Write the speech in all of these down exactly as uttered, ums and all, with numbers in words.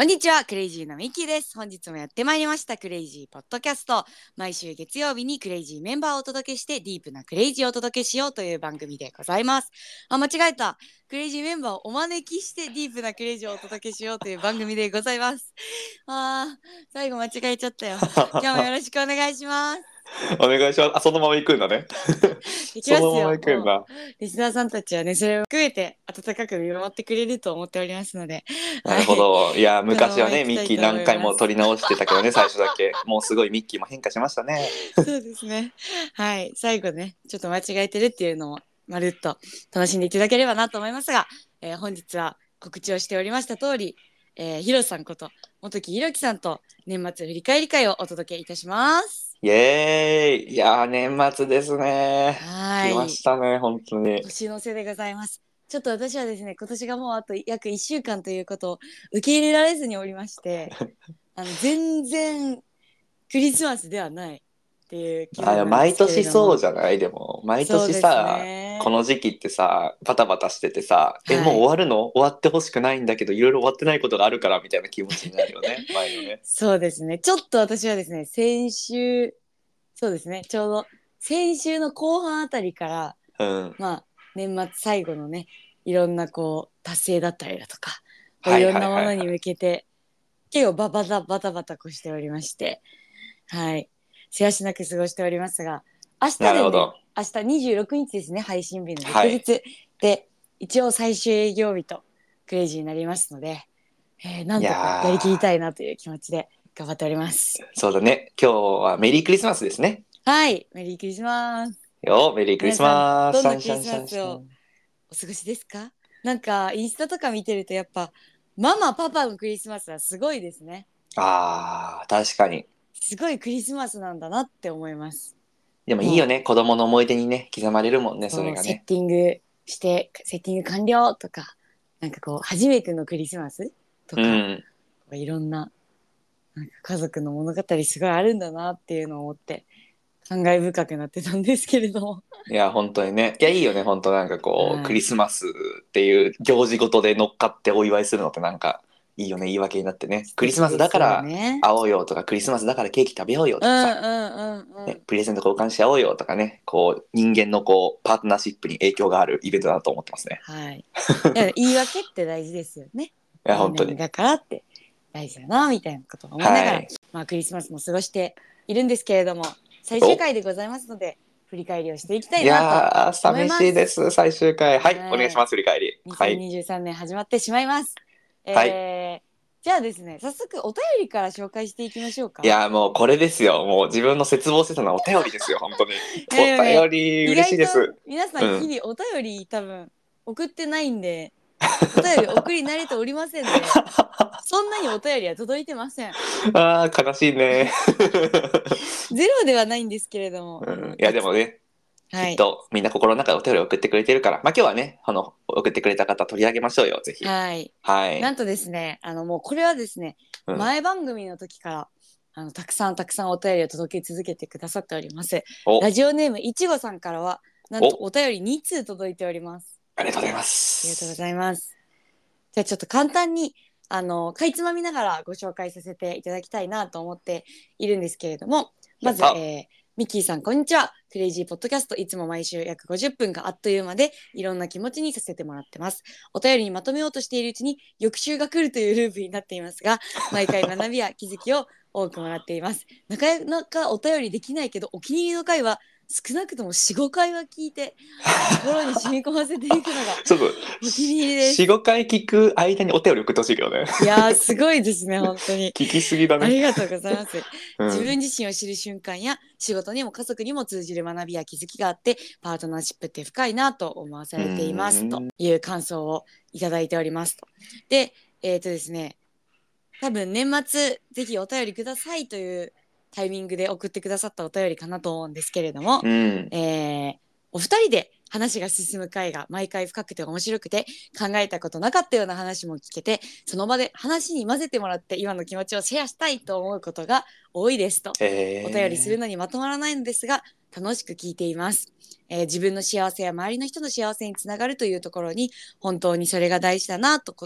こんにちは、クレイジーのミッキーです。本日もやってまいりましたクレイジーポッドキャスト。毎週月曜日にクレイジーメンバーをお届けしてディープなクレイジーをお届けしようという番組でございます。あ、間違えた。クレイジーメンバーをお招きしてディープなクレイジーをお届けしようという番組でございます。あー、最後間違えちゃったよ。今日もよろしくお願いします。 お願いします。あ、そのまま行くんだね。 いきますよ。 そのまま行くんだ。 リスナーさんたちはね、それを含めて温かく見守ってくれると思っておりますので。 なるほど。はい、いや、昔はね、ミッキー何回も撮り直してたけどね、最初だけ。もうすごいミッキーも変化しましたね。 そうですね。はい。最後ね、ちょっと間違えてるっていうのをまるっと楽しんでいただければなと思いますが、えー、本日は告知をしておりました通り、えー、ヒロさんこと元木ひろきさんと年末振り返り会をお届けいたします。 イエーイ。いやー、年末ですね。 はい。 来ましたね、本当に。 年の瀬でございます。ちょっと私はですね、今年がもうあと約いっしゅうかんということを受け入れられずにおりまして、あの全然クリスマスではないっていう気分あ、 なんですけ毎年れども。 そうじゃない？でも、毎年そうですさ、 ね。 この時期ってさ、バタバタしててさ、え、もうはい。 終わるの？終わってほしくないんだけど、いろいろ終わってないことがあるから、みたいな気持ちになるよね、毎度ね。 そうですね。ちょっと私はですね、先週、そうですね、ちょうど先週の後半あたりから、 うん。 まあ、年末最後のね、いろんなこう、達成だったりだとか、こういはいろんなものにはいはいはい。 向けて、結構ババタバタバタこしておりまして、はい。せわしなく過ごしておりますが、明日でね、 なるほど。 明日にじゅうろくにちですね、配信日のはい。 翌日で、一応最終営業日とクレイジーになりますので、えー、ないんとかやりきりやたいなという気持ちで頑張っております。 ー、そうだね。今日はメリークリスマスですね。 はい、メリークリスマス。 よ、メリークリス皆さん、 マス。 どんシャンシャンなクリスマシャンシャン。 スをお過ごしですか？なんか、インスタとか見てるとやっぱ、ママ、パパのクリスマスはすごいですね。 あー、確かに。 すごいクリスマスなんだなって思います。 でもいいよもね。子供の思い出にね、刻まれるもんね、 う、そう、 それがね。 セッティングして、セッティング完了とか、なんかこう、初めてのクリスマスとか、 うん。 いろんな、なんか家族の物語すごいあるんだなっていうのを思って、感慨深くなってたんですけれども。 いや、本当にね。いや、いいよね。本当なんかこう、クリはい。 スマスっていう行事ごとで乗っかってお祝いするのってなんか、いいよね。言い訳になってね。 素クリスマス敵ですよだからね。 会おうよとか、クリスマスだからケーキ食べようようんうとかさ。 んうんうね、 ん。 プレゼント交換し合おうよとかね。こう、人間のこう、パートナーシップに影響があるイベントだと思ってますね。 はい。だから言い訳って大事ですよね。 いや、本当に。 何々だからって大事だな、みたいなことを思いながら、 はい。 まあクリスマスも過ごしているんですけれども、最終お、 回でございますので、振り返りをしていきたいいなとやー、 思い寂します。 いです。最終回。はい。お願いはい。 します。振り返り。はい。 にせんにじゅうさんねん始まってしまいます。 はい。 えー、じゃあですね、早速お便りから紹介していきましょうか。 いやー、もうこれですよ。もう自分の絶望してたのはお便りですよ。本当に。 いやおいやいや、 便り嬉し意外といです。 皆さん日うん。 々お便り多分送ってないんで、お便り送り慣れておりませんで、そんなにお便りは届いてません。 あー、悲しいね。 ゼロではないんですけれども、あうん、 の、 いや、 いつ、 でもね、きはい。 っとみんな心の中でお便りを送ってくれてるから、まあ今日はね、あの、送ってくれた方取り上げましょうよ、ぜひ。 はい。 はい。 なんとですね、あの、もうこれはですね、 うん。 前番組の時から、あの、たくさんたくさんお便りを届け続けてくださっております。ラお、 ジオネームいちごさんからは、なんとお、 お便りに通届いております。 ありがとうございまありがとうごす。 ざいます。じゃあちょっと簡単に、あの、かいつまみながらご紹介させていただきたいなと思っているんですけれども、まず、 やった。 えー、ミッキーさん、こんにちは。クレイジーポッドキャスト、いつも毎週約ごじゅっぷんがあっという間で、いろんな気持ちにさせてもらってます。お便りにまとめようとしているうちに、翌週が来るというループになっていますが、毎回学びや気づきを多くもらっています。なかなかお便りできないけど、お気に入りの回は、少なくともよん、ごかいは聞いて、心に染み込ませていくのがちょっと、 お気に入りでし、 す。 ごかい聞く間にお便り送ってほしいけどね。 いやー、すごいですね、本当に。 聞きすぎだね。 ありがとうございます。 うん。 自分自身を知る瞬間や仕事にも家族にも通じる学びや気づきがあってパートナーシップって深いなと思わさうれていますとーん。 いう感想をいただいておりますと。で、えっ、ー、とですね、多分年末ぜひお便りくださいというタイミングで送ってくださったお便りかなと思うんですけれども、 うん。 えー、お二人で話が進む回が毎回深くて面白くて考えたことなかったような話も聞けてその場で話に混ぜてもらって今の気持ちをシェアしたいと思うことが多いですと。お便りするえのにまとまらないのですが楽しく聞いています、えー、自分の幸せや周りの人の幸せにつながるというところに本当にそれが大事だなとこ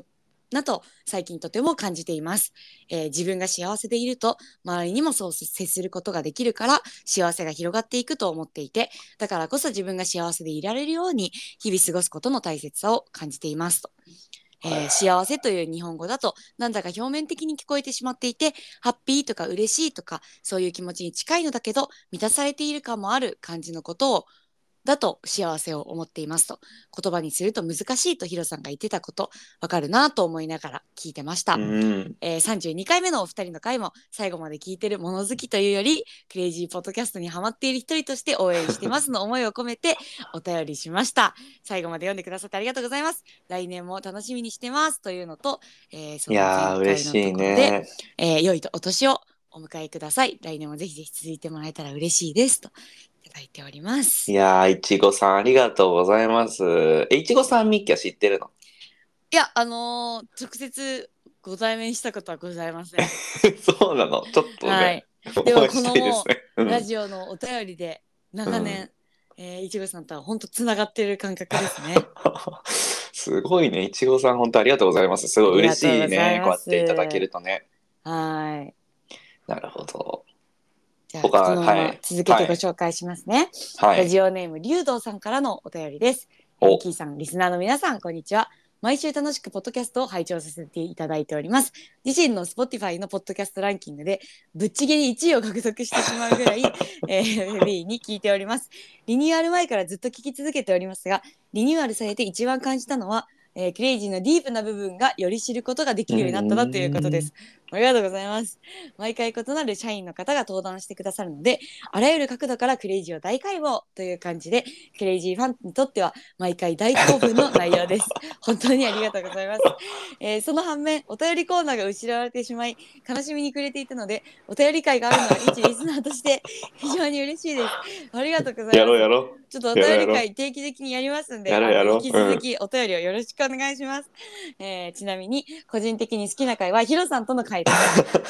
なと最近とても感じています、えー、自分が幸せでいると周りにもそう接することができるから幸せが広がっていくと思っていて、だからこそ自分が幸せでいられるように日々過ごすことの大切さを感じていますと。えー、幸せという日本語だとなんだか表面的に聞こえてしまっていて、ハッピーとか嬉しいとかそういう気持ちに近いのだけど満たされている感もある感じのことをだと幸せを思っていますと。言葉にすると難しいとヒロさんが言ってたことわかるなと思いながら聞いてました、 うん、 えー、さんじゅうにかいめのお二人の回も最後まで聞いてる物好きというよりクレイジーポッドキャストにハマっている一人として応援してますの思いを込めてお便りしました。最後まで読んでくださってありがとうございます。来年も楽しみにしてますというのと、えー、その前回のところで、 いやー嬉しいね、 えー、良いお年をお迎えください。来年もぜひぜひ続いてもらえたら嬉しいですといただいております。 いやーいちごさんありがとうございます。えいちごさんミッキーは知ってるの？ いや、あのー直接ご対面したことはございません。 そうなの、ちょっとね、 はい。でもこのもう、ラジオのお便りで長年、うん、えー、いちごさんとは本当つながってる感覚ですね。 すごいね、いちごさん本当ありがとうございます。すごい嬉しいね、こうやっていただけるとね。 はい。 なるほど。 じゃあこのまま続けてご紹介しますね。はい、ラジオネーム竜道さんからのお便りです。ミッキーさん、リスナーの皆さん、こんにちは。毎週楽しくポッドキャストを拝聴させていただいております。自身の Spotify のポッドキャストランキングでぶっちぎりいちいを獲得してしまうぐらい、えー、ヘビーに聞いております。リニューアル前からずっと聞き続けておりますが、リニューアルされて一番感じたのは、えー、クレイジーのディープな部分がより知ることができるようになったなということです。ありがとうございます。毎回異なる社員の方が登壇してくださるので、あらゆる角度からクレイジーを大解剖という感じで、クレイジーファンにとっては毎回大興奮の内容です。本当にありがとうございます。えー、その反面、お便りコーナーが失われてしまい、悲しみに暮れていたので、お便り会があるのは一リスナーとして非常に嬉しいです。ありがとうございます。 やろうやろう。 ちょっとお便り会定期的にやりますんで、 やろうやろう、 あの引き続きお便りをよろしくお願いします。うん、えー、ちなみに個人的に好きな回はヒロさんとの回です。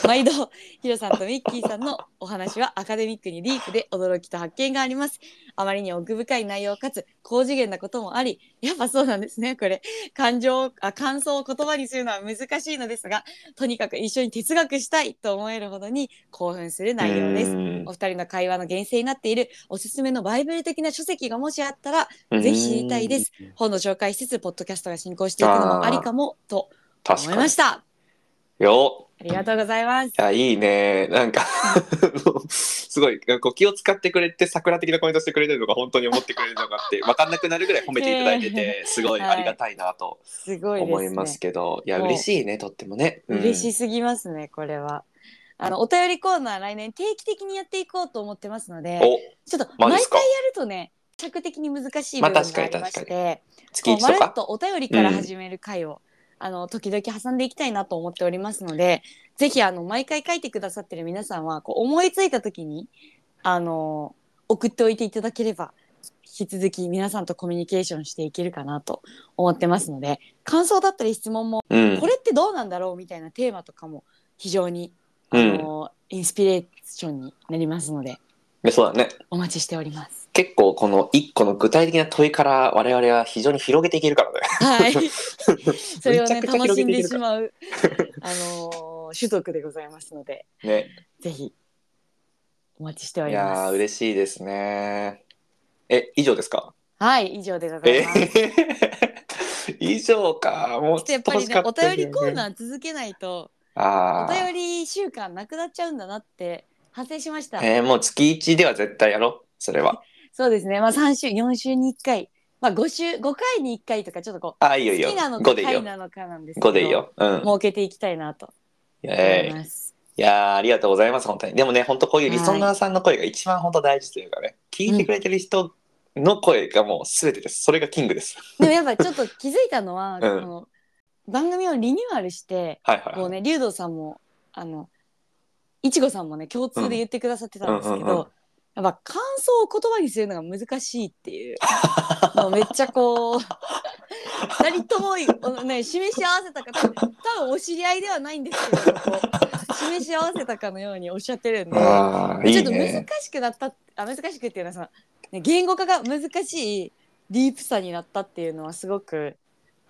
毎度ヒロさんとミッキーさんのお話はアカデミックにディープで驚きと発見があります。あまりに奥深い内容かつ高次元なこともあり、やっぱそうなんですね。これ感情あ感想を言葉にするのは難しいのですが、とにかく一緒に哲学したいと思えるほどに興奮する内容です。お二人の会話の原型になっているおすすめのバイブル的な書籍がもしあったらぜひ知りたいです。本の紹介しつつポッドキャストが進行していくのもありかもと思いました。よありがとうございます。いやいいね、なんかすごいこう気を使ってくれて桜的なコメントしてくれてるのか本当に思ってくれるのかって分かんなくなるぐらい褒めていただいてて、すごいありがたいなと思いますけど、はい、いや嬉しいね、とってもね、 うん、嬉しすぎますねこれは。あのお便りコーナー来年定期的にやっていこうと思ってますので、ちょっと毎回やるとね尺的に難しい部分がありまして、まあ、まるっとお便りから始める回を、うんあの時々挟んでいきたいなと思っておりますので、ぜひあの毎回書いてくださってる皆さんはこう思いついた時にあの送っておいていただければ引き続き皆さんとコミュニケーションしていけるかなと思ってますので、感想だったり質問も、うん、これってどうなんだろうみたいなテーマとかも非常にあの、うん、インスピレーションになりますので、 そうだね、 お待ちしております。 結構この一個の具体的な問いから我々は非常に広げていけるからね。 はい。それをね楽しんでしまうあのー、種族でございますので、ね、ぜひお待ちしております。 いや嬉しいですね。え以上ですか？ はい以上でございます。 以上か。もうちょっと欲しかったやっぱりねお便りコーナー続けないとお便り週間なくなっちゃうんだなって反省しました。 えー、もう月いちでは絶対やろうそれは。 そうですね、まあさん週よん週にいっかい、まあご週ごかいにいっかいとかちょっとこうあいいよいいよ好きなのか回なのかなんですけどごでいいよ、うん、 設けていきたいなと思います。 いやありがとうございます本当に。でもね本当こういうリスナーさんの声が一番本当大事というかね、はい、聞いてくれてる人の声がもう全てです。それがキングです。 でもやっぱちょっと気づいたのは、うん、この番組をリニューアルして、はいはいはい、こうね竜道さんもあのいちごさんもね共通で言ってくださってたんですけど、うんうんうんうん、やっぱ感想を言葉にするのが難しいっていうもうめっちゃこうふたりとも、ね、示し合わせたか多分多分お知り合いではないんですけどこう示し合わせたかのようにおっしゃってるんであちょっと難しくなったあ難しくっていうのはさ、ね、言語化が難しいディープさになったっていうのはすごく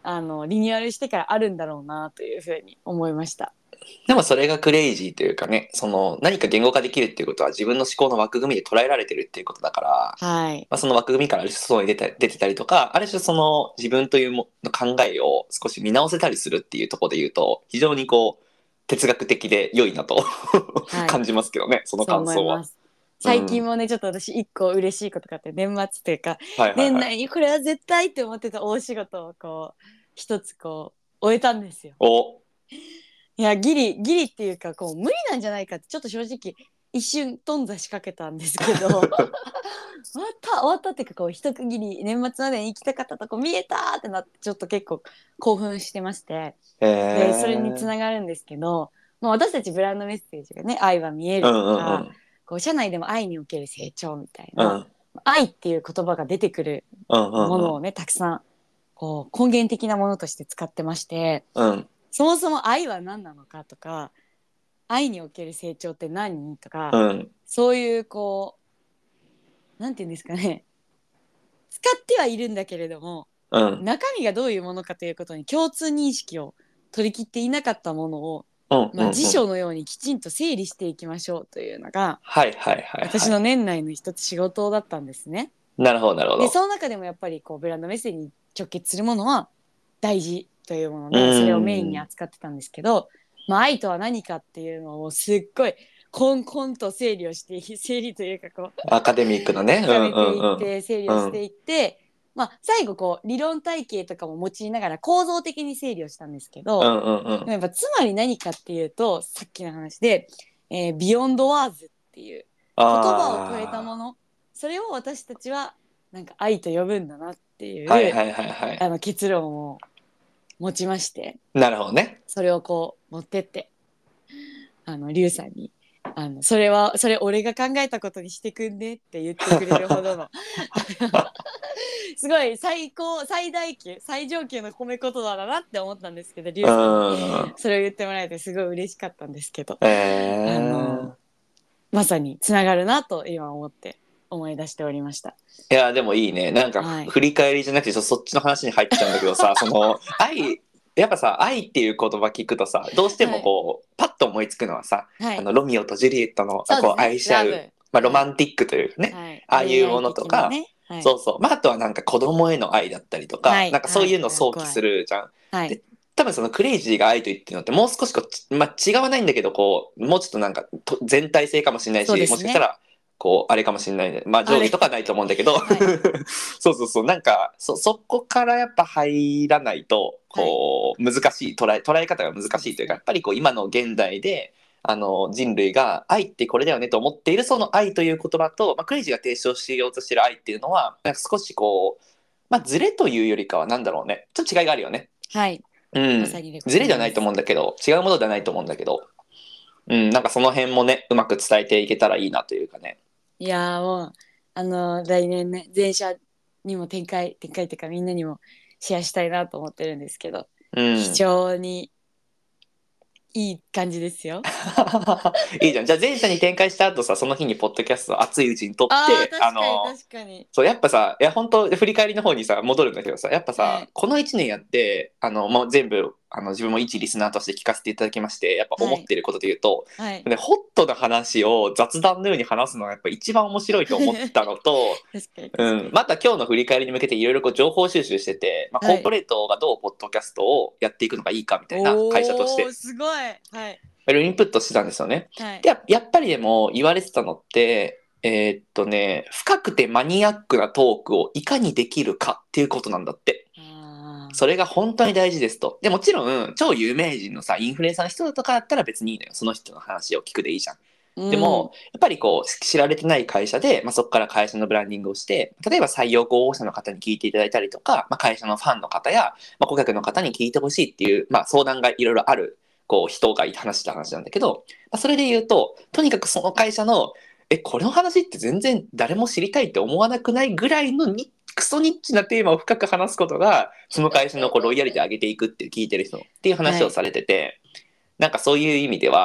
あのリニューアルしてからあるんだろうなというふうに思いました。 でもそれがクレイジーというかね、その何か言語化できるっていうことは自分の思考の枠組みで捉えられてるっていうことだから、 はい、 まあ、その枠組みからある種外に出た出てたりとか、ある種その自分というもの考えを少し見直せたりするっていうところで言うと、非常にこう哲学的で良いなと、はい、感じますけどね、その感想は。 最近もね、うん、ちょっと私一個嬉しいことがあって、年末というか、 はいはいはい、 年内にこれは絶対って思ってた大仕事をこう一つこう終えたんですよ。 おいやギリギリっていうかこう無理なんじゃないかってちょっと正直一瞬頓挫しかけたんですけど終わった終わったっていうかこう一区切り年末までに行きたかったとこ見えたってなってちょっと結構興奮してまして、でそれにつながるんですけど、まあ、私たちブランドメッセージがね愛は見えるとか、うんうんうん、こう社内でも愛における成長みたいな、うん、愛っていう言葉が出てくるものをね、たくさんこう根源的なものとして使ってまして、うん、そもそも愛は何なのかとか愛における成長って何とか、うん、そういうこうなんていうんですかね、使ってはいるんだけれども、うん、中身がどういうものかということに共通認識を取り切っていなかったものを、うんまあ、辞書のようにきちんと整理していきましょうというのが、 はいはいはいはい、 私の年内の一つ仕事だったんですね。 なるほどなるほど。 でその中でもやっぱりこうブランドメッセージに直結するものは大事というもので、それをメインに扱ってたんですけど、まあ、愛とは何かっていうのをすっごいコンコンと整理をして整理というかこうアカデミックのね深めていって整理をしていって、うんまあ、最後こう理論体系とかも用いながら構造的に整理をしたんですけど、うんうんうん、やっぱつまり何かっていうとさっきの話で、えー、ビヨンドワーズっていう言葉を超えたもの、それを私たちはなんか愛と呼ぶんだなっていう、はいはいはいはい、あの結論を持ちまして、 なるほどね。 それをこう持ってってあのリュウさんにあのそれはそれ俺が考えたことにしてくんねって言ってくれるほどのすごい最高最大級最上級の褒め言葉だなって思ったんですけど、リュウさんにそれを言ってもらえてすごい嬉しかったんですけど、えー、あのまさにつながるなと今思って思い出しておりました。 いやでもいいね、なんか、はい、振り返りじゃなくてそっちの話に入っちゃうんだけどさその愛やっぱさ愛っていう言葉聞くとさどうしてもこう、はい、パッと思いつくのはさ、はい、あのロミオとジュリエットの、ね、こう愛し合う、まあ、ロマンティックというね、はい、ああいうものとか、ねはい、そうそう、まあ、あとはなんか子供への愛だったりとか、はい、なんかそういうのを想起するじゃん、はい、で多分そのクレイジーが愛と言ってるのってもう少しこう、まあ、違わないんだけどこうもうちょっとなんか全体性かもしれないし、ね、もしかしたらこうあれかもしれない、まあ上下とかないと思うんだけど、はい、そうそうそうなんか そ, そこからやっぱ入らないとこう、はい、難しい捉え捉え方が難しいというか、やっぱりこう今の現代であの人類が愛ってこれだよねと思っているその愛という言葉と、まあ、クレイジーが提唱しようとしている愛っていうのはなんか少しこう、まあ、ズレというよりかはなんだろうね、ちょっと違いがあるよね。 はい、 うん、ま、ズレではないと思うんだけど違うものではないと思うんだけど、うん、なんかその辺もねうまく伝えていけたらいいなというかね。 いやもうあの来年ね全社にも展開展開っていうかみんなにもシェアしたいなと思ってるんですけど、うん、非常にいい感じですよ。 いいじゃん。じゃあ前者に展開した後さその日にポッドキャスト熱いうちに撮って、あ確かに確かにそうやっぱさいや本当振り返りの方にさ戻るんだけどさやっぱさ、はい、このいちねんやってあのもう全部あの自分も一リスナーとして聞かせていただきましてやっぱ思ってることで言うと、はいはい、ね、ホットな話を雑談のように話すのがやっぱ一番面白いと思ったのと確かに確かに、うん、また今日の振り返りに向けていろいろ情報収集してて、まあ、コーポレートがどうポッドキャストをやっていくのがいいかみたいな、はい、会社としてすごい、はい、 いろいろインプットしてたんですよね、はい、でやっぱりでも言われてたのってえー、っとね深くてマニアックなトークをいかにできるかっていうことなんだって。それが本当に大事ですと。でもちろん超有名人のさインフルエンサーの人とかだったら別にいいのよ、その人の話を聞くでいいじゃん。うん、でもやっぱりこう知られてない会社で、まあ、そこから会社のブランディングをして例えば採用候補者の方に聞いていただいたりとか、まあ、会社のファンの方や、まあ、顧客の方に聞いてほしいっていう、まあ、相談がいろいろあるこう人がいて話した話なんだけど、まあ、それで言うととにかくその会社のえこれの話って全然誰も知りたいって思わなくないぐらいのにクソニッチなテーマを深く話すことがその会社のこうロイヤリティを上げていくって聞いてる人っていう話をされてて、はい、なんかそういう意味では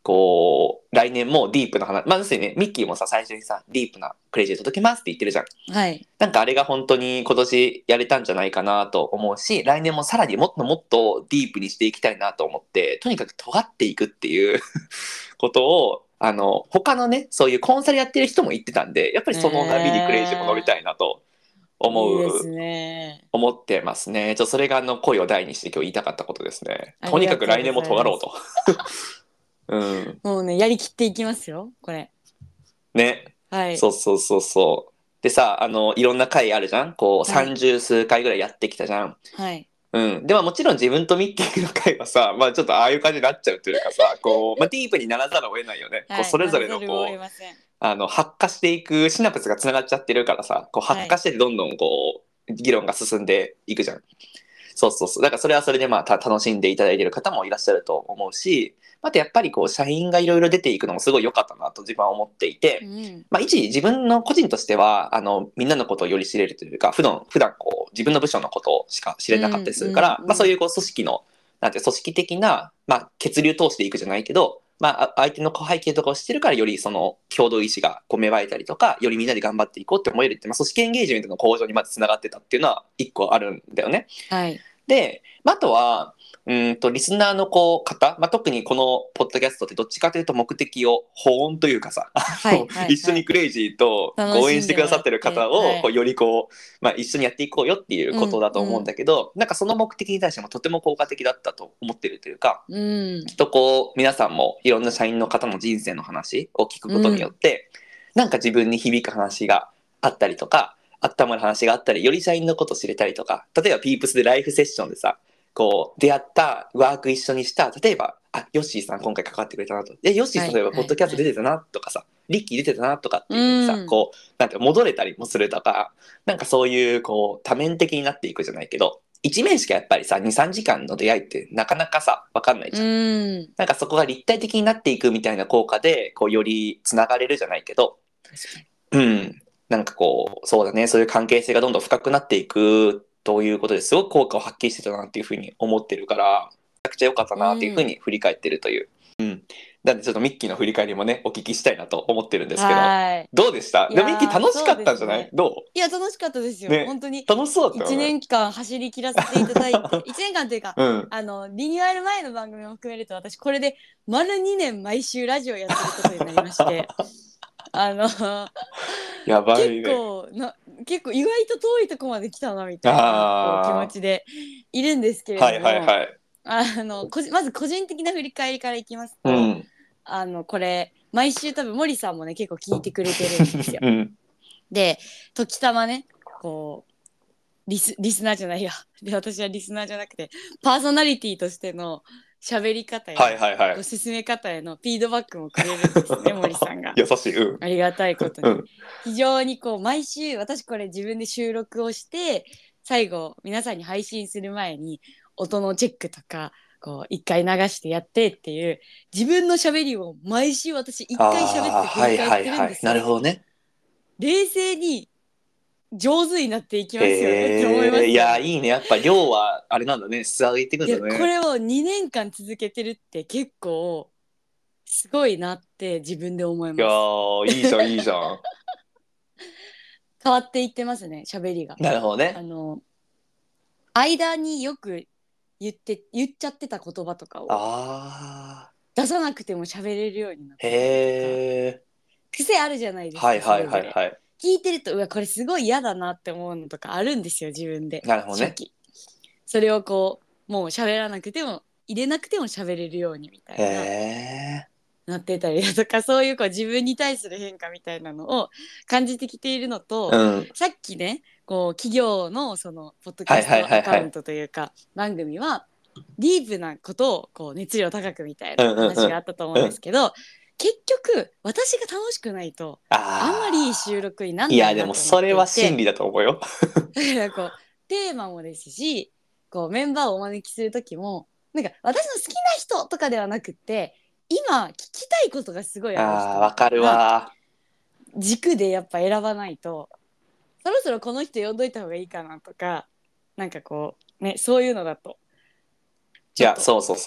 こう来年もディープな話、まあ要するにね、ミッキーもさ最初にさディープなクレイジー届けますって言ってるじゃん。 はい。 なんかあれが本当に今年やれたんじゃないかなと思うし、来年もさらにもっともっとディープにしていきたいなと思って、とにかく尖っていくっていうことを、あの、他のね、そういうコンサルやってる人も言ってたんで、やっぱりその波にクレイジーも乗りたいなと思う、 いいですね。 思ってますね。ちょそれがあの声を大にして今日言いたかったことですね。 あとにかくりがとうございます。 来年も尖ろうと。うん。 もうね、やりきっていきますよ、これ。 ね。 はい。 そうそうそうそう。でさ、あの、いろんな回あるじゃんこう、 はい三十数回ぐらいやってきたじゃん。 はい。 うん。でももちろん自分とミッキーの回はさ、まあちょっとああいう感じになっちゃうというかさ、こう、まあディープにならざるを得ないよね。こう、 はい。 それぞれのならざるをこう、 得ません。 あの、発火していくシナプスがつながっちゃってるからさ、こう、発火しててどんどんこう、議論が進んでいくじゃん。そうそうそう。だからそれはそれでまあた楽しんでいただいている方もいらっしゃると思うし、あとやっぱりこう社員がいろいろ出ていくのもすごい良かったなと自分は思っていて、 うん。 まあ一自分の個人としては、あの、みんなのことをより知れるというか、普段、普段こう自分の部署のことしか知れなかったりするから、 うんうんうんまあそういうこう組織の、なんていう組織的な、まあ血流通していくじゃないけど、まああ相手の背景とかを知ってるからよりその共同意志がこう芽生えたりとか、よりみんなで頑張っていこうって思えるって、まあ組織エンゲージメントの向上にまずつながってたっていうのは一個あるんだよね。 はい。 で、まあ、あとは、うんと、リスナーのこう方、まあ、特にこのポッドキャストってどっちかというと目的を保温というかさ、 はいはいはい一緒にクレイジーと楽応しんでもらって援してくださってる方をこうはいよりこう、まあ、一緒にやっていこうよっていうことだと思うんだけど、なんかその目的に対してもとても効果的だったと思ってるというか、 うんきっとこう皆さんもいろんな社員の方の人生の話を聞くことによって、なんか自分に響く話があったりとか、温まる話があったり、より社員のことを知れたりとか、例えばピープスでライフセッションでさ、こう出会ったワーク一緒にした例えばあヨッシーさん今回関わってくれたなとえヨッシーさん例えばはいポッドキャスト出てたなとかさ、リッキー出てたなとかっていうふうにさ、 うんこうなんて戻れたりもするとか、なんかそういうこう多面的になっていくじゃないけど、一面しかやっぱりさにさんじかんの出会いってなかなかさ分かんないじゃん。 うんなんかそこが立体的になっていくみたいな効果でこうよりつながれるじゃないけど、 確かにうんなんかこうそうだね、そういう関係性がどんどん深くなっていくということですごく効果を発揮してたなっていうふうに思ってるから、めちゃくちゃ良かったなっていうふうに振り返ってるという、うん、なんでちょっとミッキーの振り返りもねお聞きしたいなと思ってるんですけど、 はいどうでした？ いやーでもミッキー楽しかったんじゃない？ そうですねどう？ いや楽しかったですよ、 ね本当に楽しそうだった 1 よね。 年間走り切らせていただいていちねんかんというか、 うんあのリニューアル前の番組も含めると私これで丸にねん毎週ラジオやってることになりましてあのやばい結ね。 構な結構意外と遠いとこまで来たなみたいなこう気持ちでいるんですけれども、 はいはいはい。 あのこじまず個人的な振り返りからいきますと、 うんあのこれ毎週多分森さんもね結構聞いてくれてるんですよ。 うんで時たまねこうリスリスナーじゃないやで私はリスナーじゃなくてパーソナリティとしての喋り方や、 はいはいはいご進め方へのフィードバックもくれるんですね森さんが。 優しい。うんありがたいことに、 うん非常にこう毎週私これ自分で収録をして最後皆さんに配信する前に音のチェックとかこう一回流してやってっていう自分の喋りを毎週私一回喋って振り返ってるんですよ。 なるほどね。 冷静に上手になっていきますよねって思いますよね。 いやいいね、やっぱ量はあれなんだね、質上げていくんいやだね。 これをにねんかん続けてるって結構すごいなって自分で思いいやます。 ーいいじゃんいいじゃん。 変わっていってますね喋りが。 なるほどね。 あの間によく言って言っちゃってた言葉とかをあ出さなくても喋れるようになっーてたりとか、 へえ。 癖あるじゃないですか、 はいはいそれぞれはいはい。 聞いてるとうわこれすごい嫌だなって思うのとかあるんですよ自分で。 なるほどね初期それをこうもう喋らなくても入れなくても喋れるようにみたいへなえ。 なってたりだとか、そういうこう自分に対する変化みたいなのを感じてきているのと、 うんさっきねこう企業のそのポッドキャスはいはいはいはいトアカウントというか番組はディープなことをこう熱量高くみたいな話があったと思うんですけど、結局私が楽しくないとあんまりいい収録になんいないなと思っていて、 やでもそれは真理だと思うよ。 だからこうテーマもですしこうメンバーをお招きする時もなんか私の好きな人とかではなくって今聞きたいことがすごいある人あーわかるわ。 軸でやっぱ選ばないとそろそろこの人呼んどいた方がいいかなとかなんかこうねそういうのだといやそうそうそ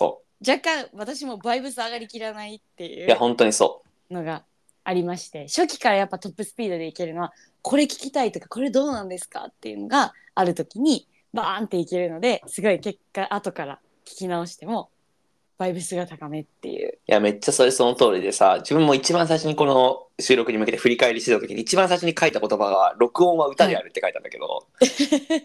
若干私もバイブス上がりきらないっていいや本当にそうのがありまして、初期からやっぱトップスピードでいけるのはこれ聞きたいとかこれどうなんですかっていうのがある時にバーンっていけるので、すごい結果後から聞き直してもバイブスが高めっていう。 う。いやめっちゃそれその通りでさ、自分も一番最初にこの収録に向けて振り返りしてた時に一番最初に書いた言葉が録音は歌であるって書いたんだけど、はい、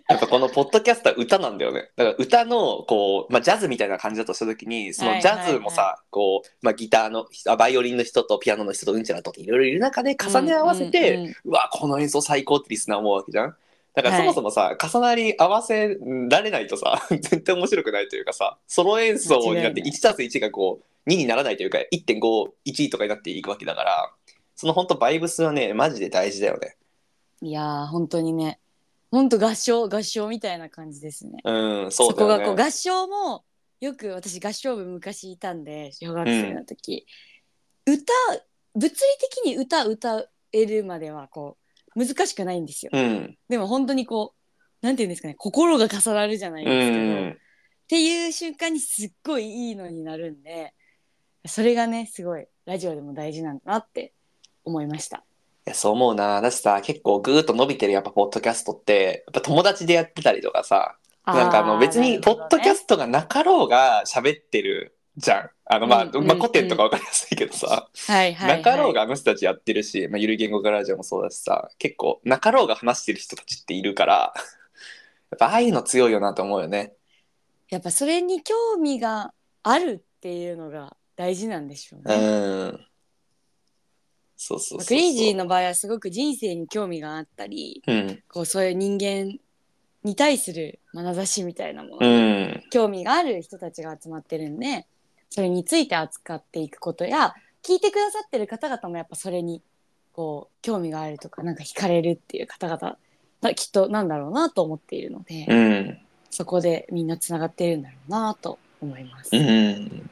やっぱこのポッドキャストは歌なんだよね。だから歌のこう、まあ、ジャズみたいな感じだとした時にそのジャズもさ、はいはいはい、こう、まあ、ギターのバイオリンの人とピアノの人とうんちゃらとっていろいろいる中で重ね合わせて、うんうんうん、うわこの演奏最高ってリスナー思うわけじゃん。だからそもそもさ、はい、重なり合わせられないとさ全然面白くないというかさ、ソロ演奏になって いちたすいち がこうににならないというか いってんごいち とかになっていくわけだから、その本当バイブスはねマジで大事だよね。 いやー本当にね、本当合唱合唱みたいな感じですね。 うんそうだよね。そこがこう合唱もよく私合唱部昔いたんで小学生の時、うん、歌物理的に歌歌えるまではこう難しくないんですよ、 うん、 でも本当にこうなんていうんですかね、心が重なるじゃないですけど、うん、っていう瞬間にすっごいいいのになるんで、それがねすごいラジオでも大事なんだなって思いました。 いやそう思うな。だってさ結構グーッと伸びてるやっぱポッドキャストってやっぱ友達でやってたりとかさ、なんかあの別にポッドキャストがなかろうが喋ってるじゃん。あのまあ、うんうんうん、まあ古典とか分かりやすいけどさ、はいはいはい、なかろうがあの人たちやってるし、まあ、ゆる言語化ラジオもそうだしさ、結構なかろうが話してる人たちっているからやっぱああいうの強いよなと思うよね。 やっぱそれに興味があるっていうのが大事なんでしょうね。うんそうそうそうそう。クレイジーの場合はすごく人生に興味があったり、うん、こうそういう人間に対する眼差しみたいなものに興味がある人たちが集まってるんで、それについて扱っていくことや、聞いてくださってる方々もやっぱそれにこう興味があるとかなんか惹かれるっていう方々きっとなんだろうなと思っているので、うん、そこでみんなつながっているんだろうなと思います。うん、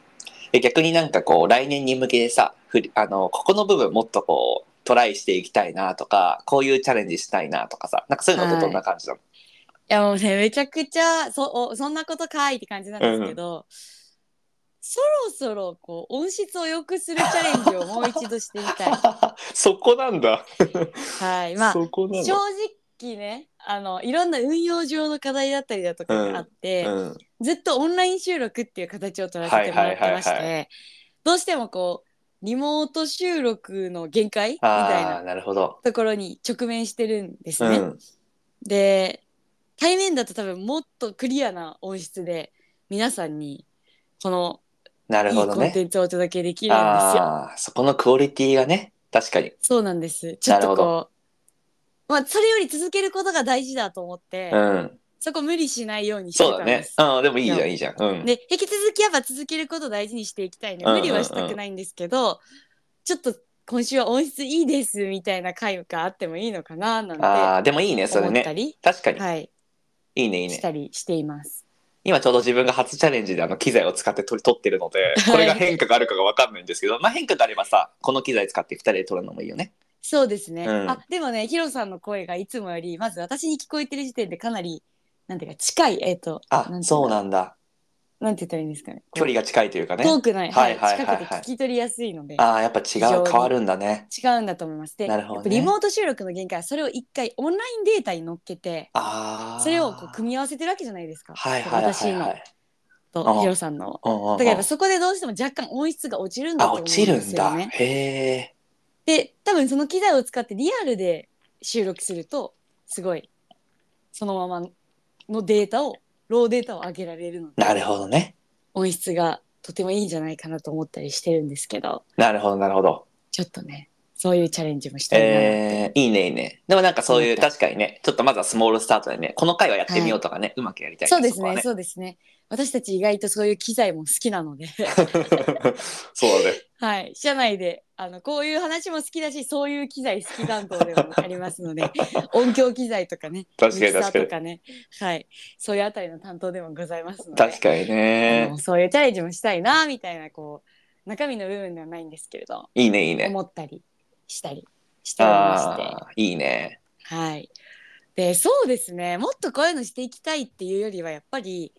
逆になんかこう来年に向けてさ、あのここの部分もっとこうトライしていきたいなとか、こういうチャレンジしたいなとかさ、なんかそういうのってどんな感じなの？はい、 いやもうねめちゃくちゃ そ, そんなことかいって感じなんですけど、うん、そろそろこう音質を良くするチャレンジをもう一度してみたいそこなんだはい、まあ正直ね、あのいろんな運用上の課題だったりだとかがあって、うんうん、ずっとオンライン収録っていう形を取らせてもらってまして、はいはいはいはい、どうしてもこうリモート収録の限界みたいなところに直面してるんですね、うん、で対面だと多分もっとクリアな音質で皆さんにこのいいコンテンツをお届けできるんですよ。 あそこのクオリティがね、確かにそうなんです。ちょっとこう、まあ、それより続けることが大事だと思って、うん、そこ無理しないようにしてたんです。 そうだね。あでもいいじゃんいいじゃん。うん、 で引き続きやっぱ続けることを大事にしていきたいね、うんうんうん、無理はしたくないんですけど、ちょっと今週は音質いいですみたいな回があってもいいのかななんてあでもいいねそれね。確かに、 はい、 いいねいいね。 したりしています。 今ちょうど自分が初チャレンジであの機材を使って撮ってるので、これが変化があるかが分かんないんですけど、はい、まあ変化があればさこの機材使ってふたりで撮るのもいいよね。 そうですね、うん、あでもねヒロさんの声がいつもよりまず私に聞こえてる時点でかなりなんていうか近いえっ、ー、とあそうなんだ、 なんて言ったらいいんですかね、 距離が近いというかね、 遠くない、はいはいはいはい、近くて聞き取りやすいので、 ああやっぱ違う変わるんだね。 違うんだと思います。で、なるほどね、やっぱリモート収録の限界はそれを一回オンラインデータに乗っけて、あそれをこう組み合わせてるわけじゃないですか、はいはいはいはい、私のとヒロさんの、だからやっぱそこでどうしても若干音質が落ちるんだと思うんですよね。あ落ちるんだ。へー。で多分その機材を使ってリアルで収録するとすごいそのままのデータをローデータを上げられるので、 なるほどね、 音質がとてもいいんじゃないかなと思ったりしてるんですけど、 なるほどなるほど、 ちょっとねそういうチャレンジもしたいなって、 えー、いいねいいね。でもなんかそういう確かにねちょっとまずはスモールスタートでねこの回はやってみようとかね、はい、うまくやりたい、ね、 そうですね、そうですね。私たち意外とそういう機材も好きなのでそうだね、 はい、社内であのこういう話も好きだしそういう機材好き担当でもありますので音響機材とかねミキサーとかね、はい、そういうあたりの担当でもございますので、 確かにね、 あのそういうチャレンジもしたいなみたいなこう中身の部分ではないんですけれど、 いいねいいね思ったりしたりしておりまして、 あいいね、 はい。でそうですね、もっとこういうのしていきたいっていうよりはやっぱり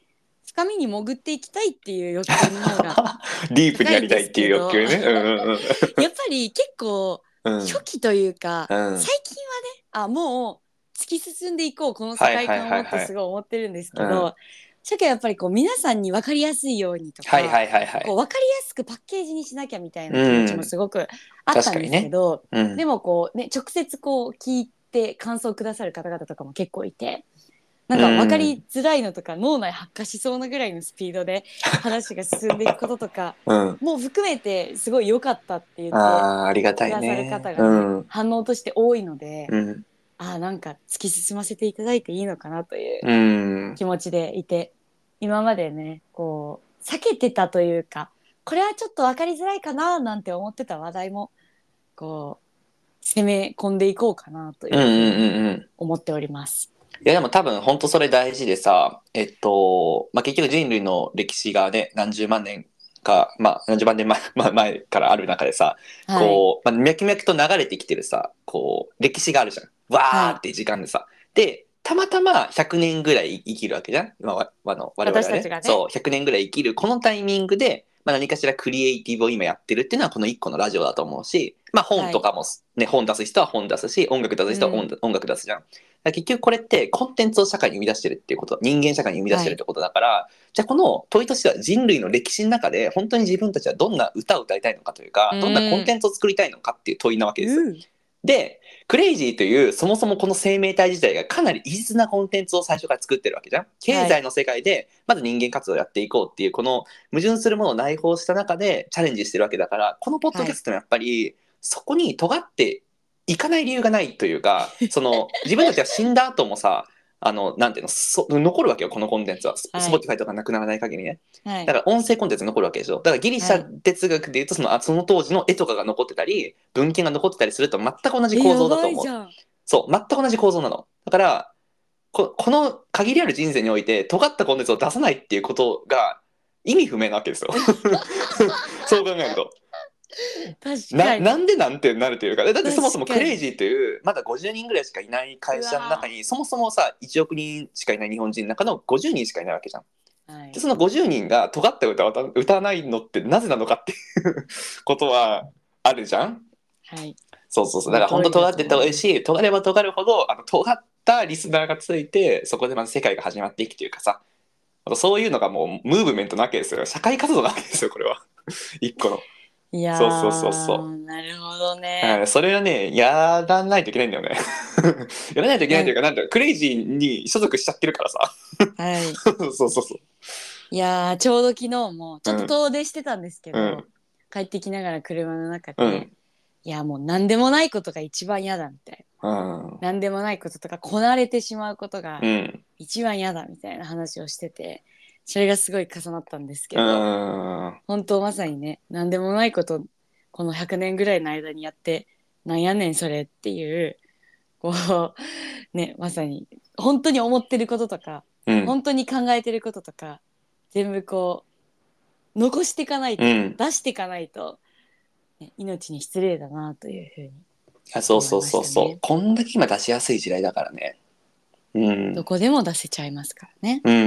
深みに潜っていきたいっていう欲求の方がディープにやりたいっていう欲求ね。うんうんうん、 やっぱり結構初期というか、うん、最近はねあもう突き進んでいこうこの世界観をってすごい思ってるんですけど、はいはいはいはい、初期はやっぱりこう皆さんに分かりやすいようにとか、はいはいはいはい、こう分かりやすくパッケージにしなきゃみたいな気持ちもすごくあったんですけど、うんねうん、でもこうね直接こう聞いて感想くださる方々とかも結構いて、なんか分かりづらいのとか、うん、脳内発火しそうなぐらいのスピードで話が進んでいくこととか、うん、もう含めてすごい良かったって言ってくださる方が、ねうん、反応として多いので、うん、あなんか突き進ませていただいていいのかなという気持ちでいて、今までねこう避けてたというかこれはちょっと分かりづらいかななんて思ってた話題もこう攻め込んでいこうかなというふうに思っております。 いやでも多分本当それ大事でさ、えっと、まあ、結局人類の歴史がね、何十万年か、まあ、何十万年前、まあ、前からある中でさ、はい、こう、まあ、脈々と流れてきてるさ、こう、歴史があるじゃん。わーって時間でさ。はい、で、たまたまひゃくねんぐらい生きるわけじゃん。まあ、あの我々はね、ね。そう、ひゃくねんぐらい生きるこのタイミングで、まあ、何かしらクリエイティブを今やってるっていうのはこのいっこのラジオだと思うし、まあ本とかもね、はい、本出す人は本出すし、音楽出す人は 音,、うん、音楽出すじゃん。結局これってコンテンツを社会に生み出してるっていうこと、人間社会に生み出してるってことだから、はい、じゃあこの問いとしては人類の歴史の中で本当に自分たちはどんな歌を歌いたいのかというか、どんなコンテンツを作りたいのかっていう問いなわけですよ。うん、で、クレイジーというそもそもこの生命体自体がかなり異質なコンテンツを最初から作ってるわけじゃん。経済の世界でまず人間活動をやっていこうっていうこの矛盾するものを内包した中でチャレンジしてるわけだから、このポッドキャストもやっぱりそこに尖っていかない理由がないというか、その自分たちが死んだ後もさ、あのなんていうのそ残るわけよこのコンテンツは、はい、Spotify とかなくならない限りね、はい、だから音声コンテンツ残るわけでしょ。だからギリシャ哲学でいうとその、はい、その当時の絵とかが残ってたり文献が残ってたりすると全く同じ構造だと思う。そう全く同じ構造なの。だからここの限りある人生において尖ったコンテンツを出さないっていうことが意味不明なわけですよそう考えると確かに な, なんでなんてなるというか、だってそもそもクレイジーというまだごじゅうにんぐらいしかいない会社の中にそもそもさいちおく人しかいない日本人の中のごじゅうにんしかいないわけじゃん、はい、でそのごじゅうにんが尖った歌を歌わないのってなぜなのかっていうことはあるじゃん、はい、そうそうそう、だから本当尖ってった方がいいし、尖れば尖るほどあの尖ったリスナーがついてそこでまず世界が始まっていくというかさ、そういうのがもうムーブメントなわけですよ。社会活動なわけですよこれは一個の。いやそうそうそうそう。 なるほどね。 それはねやらないといけないんだよねやらないといけないというか、なんだクレイジーに所属しちゃってるからさはいそうそうそう。 いやちょうど昨日もちょっと遠出してたんですけど、うん、帰ってきながら車の中で、うん、いやもう何でもないことが一番嫌だみたいな、うん、何でもないこととかこなれてしまうことが一番嫌だみたいな話をしてて、それがすごい重なったんですけど、本当まさにね何でもないことこのひゃくねんぐらいの間にやってなんやねんそれっていうこうねまさに本当に思ってることとか、うん、本当に考えてることとか全部こう残していかないと、うん、出していかないと、ね、命に失礼だなというふうに思いましたね。 そうそうそうそう、こんだけ今出しやすい時代だからね、 うん、どこでも出せちゃいますからね。 うん、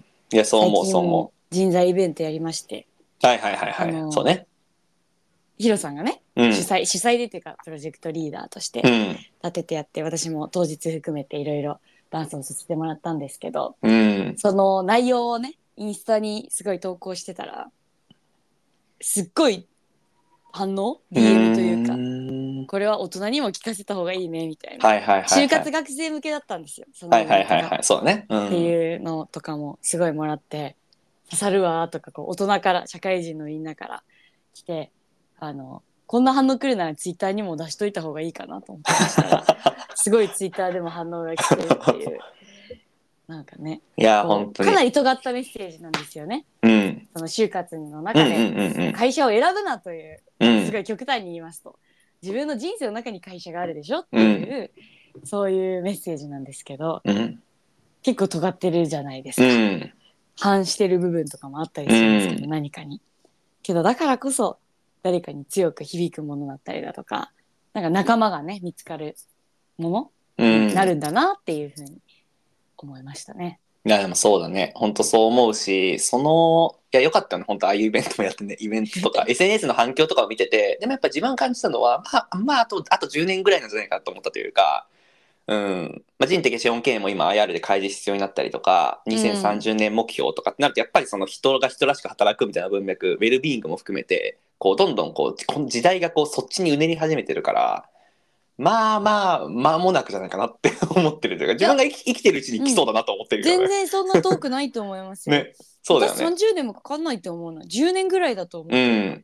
いやそう思うそう思う。 人材イベントやりまして、 はいはいはいはい、あのー、そうね、 ヒロさんがね、うん、主催主催でっていうかプロジェクトリーダーとして立ててやって、うん、私も当日含めていろいろ伴走させてもらったんですけど、うん、その内容をねインスタにすごい投稿してたらすっごい反応 ディーエム というか、これは大人にも聞かせた方がいいねみたいな、はいはいはいはい、就活学生向けだったんですよそのイベントが、はいはいはいはい、そうね、うん、っていうのとかもすごいもらって刺さるわとか、こう大人から社会人のみんなから来て、あのこんな反応来るならツイッターにも出しといた方がいいかなと思ってましたらすごいツイッターでも反応が来てるっていうなんかね、いや本当にかなり尖ったメッセージなんですよね、うん、その就活の中で会社を選ぶなという、うん、すごい極端に言いますと自分の人生の中に会社があるでしょっていう、うん、そういうメッセージなんですけど、うん、結構尖ってるじゃないですか、うん、反してる部分とかもあったりするんですけど、うん、何かにけどだからこそ誰かに強く響くものだったりだとか、なんか仲間がね見つかるものになるんだなっていうふうに思いましたね。 いやでもそうだね、本当そう思うし、そのいやよかったね、本当ああいうイベントもやってね、イベントとか エスエヌエス の反響とかを見てて、でもやっぱ自分感じたのは、まあ、まあ、あとあとじゅうねんぐらいなんじゃないかなと思ったというか、うん、まあ、人的資本経営も今 アイアール で開示必要になったりとか、にせんさんじゅうねん目標とかってなると、やっぱりその人が人らしく働くみたいな文脈、ウェルビーイングも含めて、こうどんどんこうこの時代がこうそっちにうねり始めてるから、まあまあ間もなくじゃないかなって思ってるというか、自分が生き生きてるうちに来そうだなと思ってるよね。 全然そんな遠くないと思いますよ。 ね、そうだよね。 私さんじゅうねんもかかんないと思うな。じゅうねんぐらいだと思う。 うん、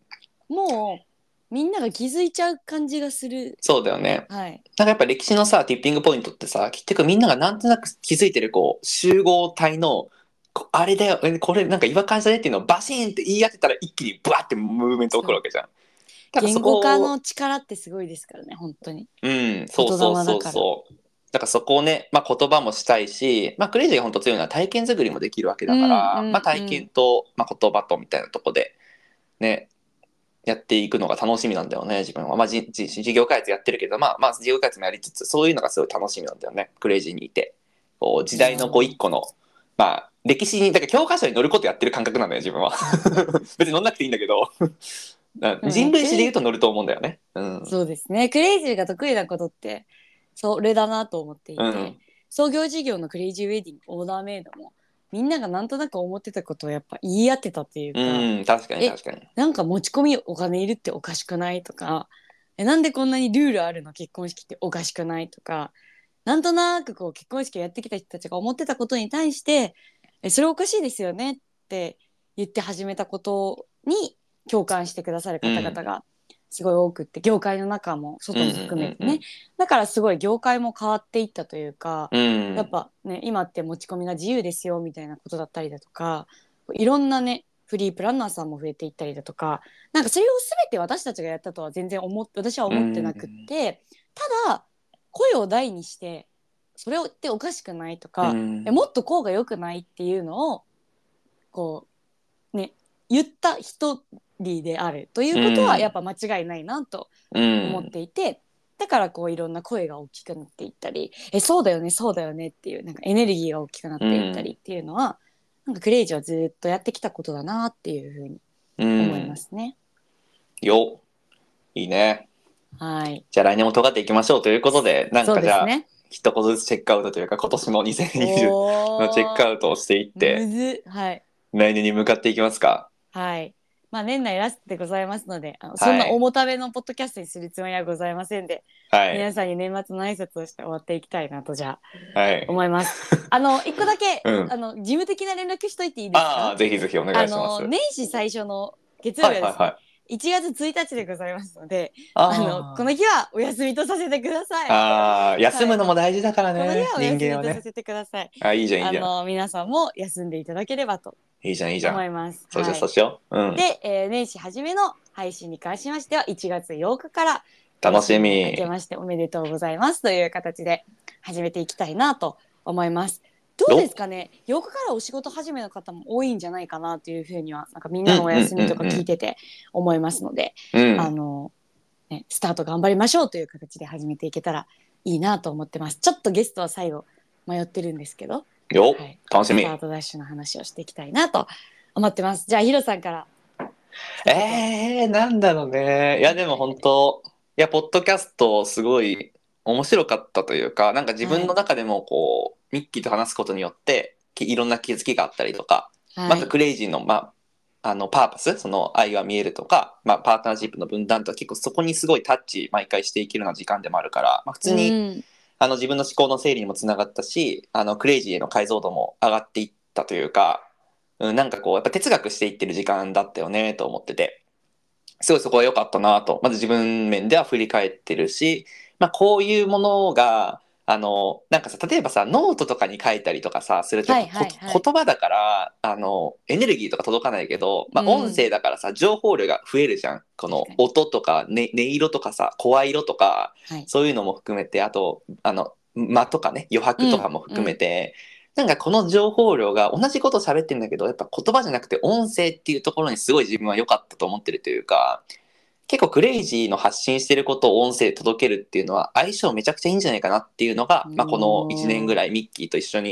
もうみんなが気づいちゃう感じがする。 そうだよね。 はい。 なんかやっぱ歴史のさティッピングポイントってさ、結局みんながなんとなく気づいてるこう集合体のこあれだよ、これなんか違和感じだねっていうのをバシーンって言い当てたら一気にブワーってムーブメント起こるわけじゃん。だからそこ言語化の力ってすごいですからね、本当に。 うん、そうそうそうそう。だからそこをね、まあ、言葉もしたいし、まあ、クレイジーが本当強いのは体験作りもできるわけだから、 うんうんうん、 まあ、体験と、まあ、言葉とみたいなとこでね、やっていくのが楽しみなんだよね、自分は。まあ、じじ事業開発やってるけど、まあ、まあ、事業開発もやりつつ、そういうのがすごい楽しみなんだよね、クレイジーにいて。こう時代のこう一個の、まあ、歴史に、だから教科書に載ることやってる感覚なんだよ、自分は。別に載んなくていいんだけど。人類史で言うと乗ると思うんだよね。うん、 そうですね。クレイジーが得意なことってそれだなと思っていて、うん、創業事業のクレイジーウェディングオーダーメイドもみんながなんとなく思ってたことをやっぱ言い当てたっていうか、 うん、確かに確かに。 なんか持ち込みお金いるっておかしくないとか、えなんでこんなにルールあるの結婚式っておかしくないとか、なんとなくこう結婚式をやってきた人たちが思ってたことに対してえそれおかしいですよねって言って始めたことに共感してくださる方々がすごい多くって、うん、業界の中も外も含めてね、うんうんうんうん、だからすごい業界も変わっていったというか、うん、やっぱね今って持ち込みが自由ですよみたいなことだったりだとか、いろんなねフリープランナーさんも増えていったりだとか、なんかそれを全て私たちがやったとは全然思って私は思ってなくって、ただ声を大にしてそれっておかしくないとか、えもっとこうが良くないっていうのをこうね言った一人であるということはやっぱ間違いないなと思っていて、だからこういろんな声が大きくなっていったり、えそうだよねそうだよねっていうなんかエネルギーが大きくなっていったりっていうのは、なんかクレイジーはずっとやってきたことだなっていうふうに思いますね。 よいいね。 はい。 じゃあ来年も尖っていきましょうということで、なんかじゃあ、 ね、 一言ずつチェックアウトというか今年のにせんにじゅうのチェックアウトをしていって、 むず、はい、 来年に向かっていきますか。 はい。まあ年内ラストでございますので、あのそんな重ためのポッドキャストにするつもりはございませんで、はい、皆さんに年末の挨拶をして終わっていきたいなとじゃあ、はい、思います。あの一個だけ、うん、あの事務的な連絡しといていいですか。 あぜひぜひお願いします。 あの年始最初の月曜日はですね、はいはいはい、いちがつついたちでございますので、あのこの日はお休みとさせてください。 あ休むのも大事だからね、はい、 この日はお休みとさせてください。 ね、あいいじゃんいいじゃん。 あの皆さんも休んでいただければといいじゃんいいじゃん思います。 そうしよう、はい、そうしよう、うん、 で、えー、年始初めの配信に関しましてはいちがつようかから楽しみ明けましておめでとうございますという形で始めていきたいなと思います。どうですかね、ようかからお仕事始めの方も多いんじゃないかなというふうにはなんかみんなのお休みとか聞いてて思いますので、うんうんうん、あのね、スタート頑張りましょうという形で始めていけたらいいなと思ってます。ちょっとゲストは最後迷ってるんですけど、 よ、はい、楽しみ。 スタートダッシュの話をしていきたいなと思ってます。じゃあヒロさんから。 えー、なんだろうね。いやでも本当いやポッドキャストすごい面白かったというか、なんか自分の中でもこう、はい、ミッキーと話すことによっていろんな気づきがあったりとか、はい、まずクレイジーのまああのパーパス、その愛が見えるとか、まあ、パートナーシップの分断とか結構そこにすごいタッチ毎回していけるような時間でもあるから、まあ、普通に、うん、あの自分の思考の整理にもつながったし、あのクレイジーへの解像度も上がっていったというか、うん、なんかこうやっぱ哲学していってる時間だったよねと思ってて、すごいそこは良かったなとまず自分面では振り返ってるし、まあ、こういうものがあのなんかさ例えばさノートとかに書いたりとかさすると、はいはいはい、言葉だからあのエネルギーとか届かないけど、まあ、音声だからさ、うん、情報量が増えるじゃん。この音とか、ね、音色とかさ声色とか、はい、そういうのも含めて、あとあの間とかね余白とかも含めて、うんうん、なんかこの情報量が同じこと喋ってるんだけどやっぱ言葉じゃなくて音声っていうところにすごい自分は良かったと思ってるというか、結構クレイジーの発信してることを音声で届けるっていうのは相性めちゃくちゃいいんじゃないかなっていうのが、まあ、このいちねんぐらいミッキーと一緒に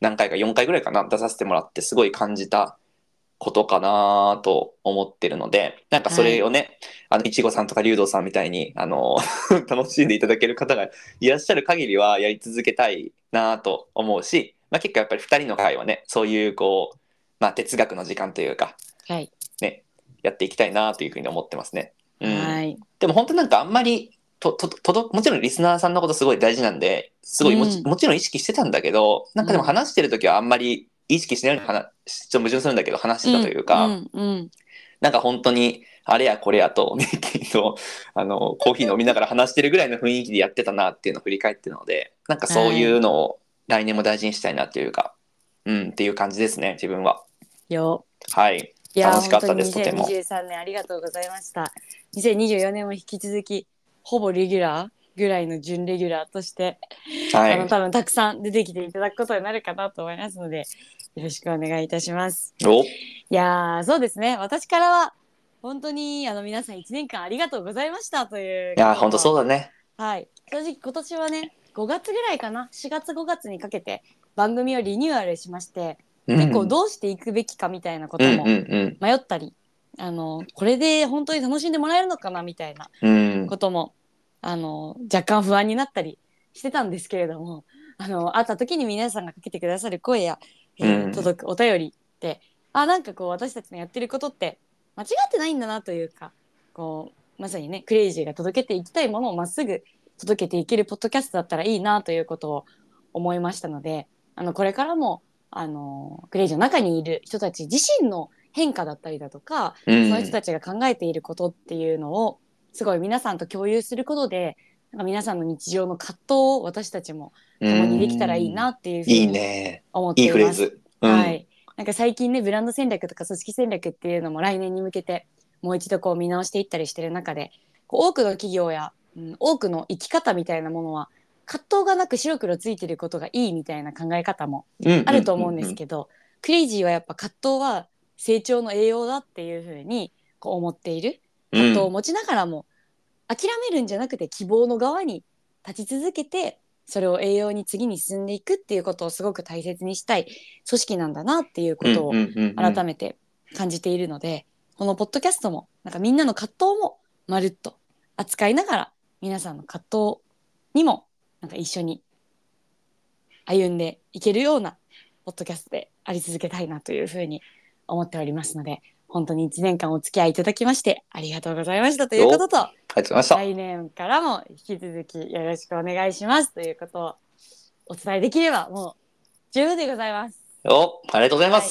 何回かよんかいぐらいかな出させてもらってすごい感じたことかなと思ってるので、なんかそれをね、はい、あのいちごさんとか竜童さんみたいにあの楽しんでいただける方がいらっしゃる限りはやり続けたいなと思うし、まあ、結構やっぱりふたりの会はね、そういうこう、まあ、哲学の時間というか、 はいね、やっていきたいなというふうに思ってますね。うん、 はい。 でも本当なんかあんまりととともちろんリスナーさんのことすごい大事なんですごいもち、うん、もちろん意識してたんだけど、なんかでも話してる時はあんまり意識しないように話ちょっと矛盾するんだけど話してたというか、 うんうんうん、 なんか本当にあれやこれやとミッキーとあのコーヒー飲みながら話してるぐらいの雰囲気でやってたなっていうのを振り返ってるので、なんかそういうのを来年も大事にしたいなっていうか、はい、うんっていう感じですね自分は。 よはい、いや楽しかったです。 とてもにせんにじゅうさんねんありがとうございました。にせんにじゅうよねんも引き続きほぼレギュラーぐらいの準レギュラーとして、はい、あの多分たくさん出てきていただくことになるかなと思いますのでよろしくお願いいたします。 おいやそうですね、私からは本当にあの皆さんいちねんかんありがとうございましたという。 いや本当そうだね。 はい、正直今年はねごがつぐらいかな、しがつごがつにかけて番組をリニューアルしまして、うん、結構どうしていくべきかみたいなことも迷ったり、うんうんうん、あのこれで本当に楽しんでもらえるのかなみたいなことも、うん、あの若干不安になったりしてたんですけれども、あの会った時に皆さんがかけてくださる声や、えーうん、届くお便りってあなんかこう私たちのやってることって間違ってないんだなというか、こうまさにねクレイジーが届けていきたいものをまっすぐ届けていけるポッドキャストだったらいいなということを思いましたので、あのこれからもあのクレイジーの中にいる人たち自身の変化だったりだとか、うん、その人たちが考えていることっていうのをすごい皆さんと共有することで、なんか皆さんの日常の葛藤を私たちも共にできたらいいなっていうふうに思っています。いいフレーズ、うん、はい。なんか最近ねブランド戦略とか組織戦略っていうのも来年に向けてもう一度こう見直していったりしてる中で、こう多くの企業や、うん、多くの生き方みたいなものは葛藤がなく白黒ついてることがいいみたいな考え方もあると思うんですけど、うんうんうんうん、クレイジーはやっぱ葛藤は成長の栄養だっていうふうにこう思っている。葛藤を持ちながらも、うん、諦めるんじゃなくて希望の側に立ち続けてそれを栄養に次に進んでいくっていうことをすごく大切にしたい組織なんだなっていうことを改めて感じているので、うんうんうんうん、このポッドキャストもなんかみんなの葛藤もまるっと扱いながら皆さんの葛藤にもなんか一緒に歩んでいけるようなポッドキャストであり続けたいなというふうに思っておりますので、本当にいちねんかんお付き合いいただきましてありがとうございましたということと、来年からも引き続きよろしくお願いしますということをお伝えできればもう十分でございます。 お、ありがとうございます、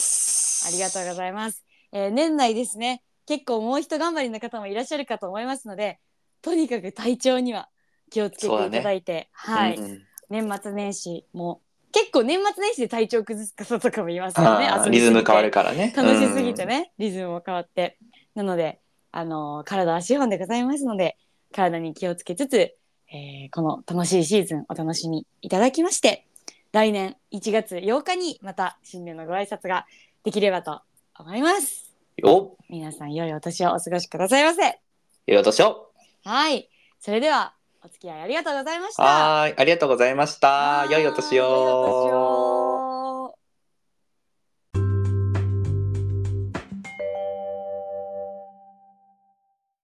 はい、ありがとうございます。えー、年内ですね、結構もう一頑張りの方もいらっしゃるかと思いますので、とにかく体調には気をつけていただいて、ね、はい、うんうん、年末年始も結構年末年始で体調崩す方とかもいますからね。遊びリズム変わるからね。 楽しすぎてね、リズムも変わって。なので、あのー、体は資本でございますので、体に気をつけつつ、えー、この楽しいシーズンお楽しみいただきまして、来年いちがつようかにまた新年のご挨拶ができればと思います。 よっ。 皆さん良いお年をお過ごしくださいませ。 良いお年を。 はい。それではお付き合いありがとうございました。 はい、ありがとうございました。良いお年を。 良いお年を。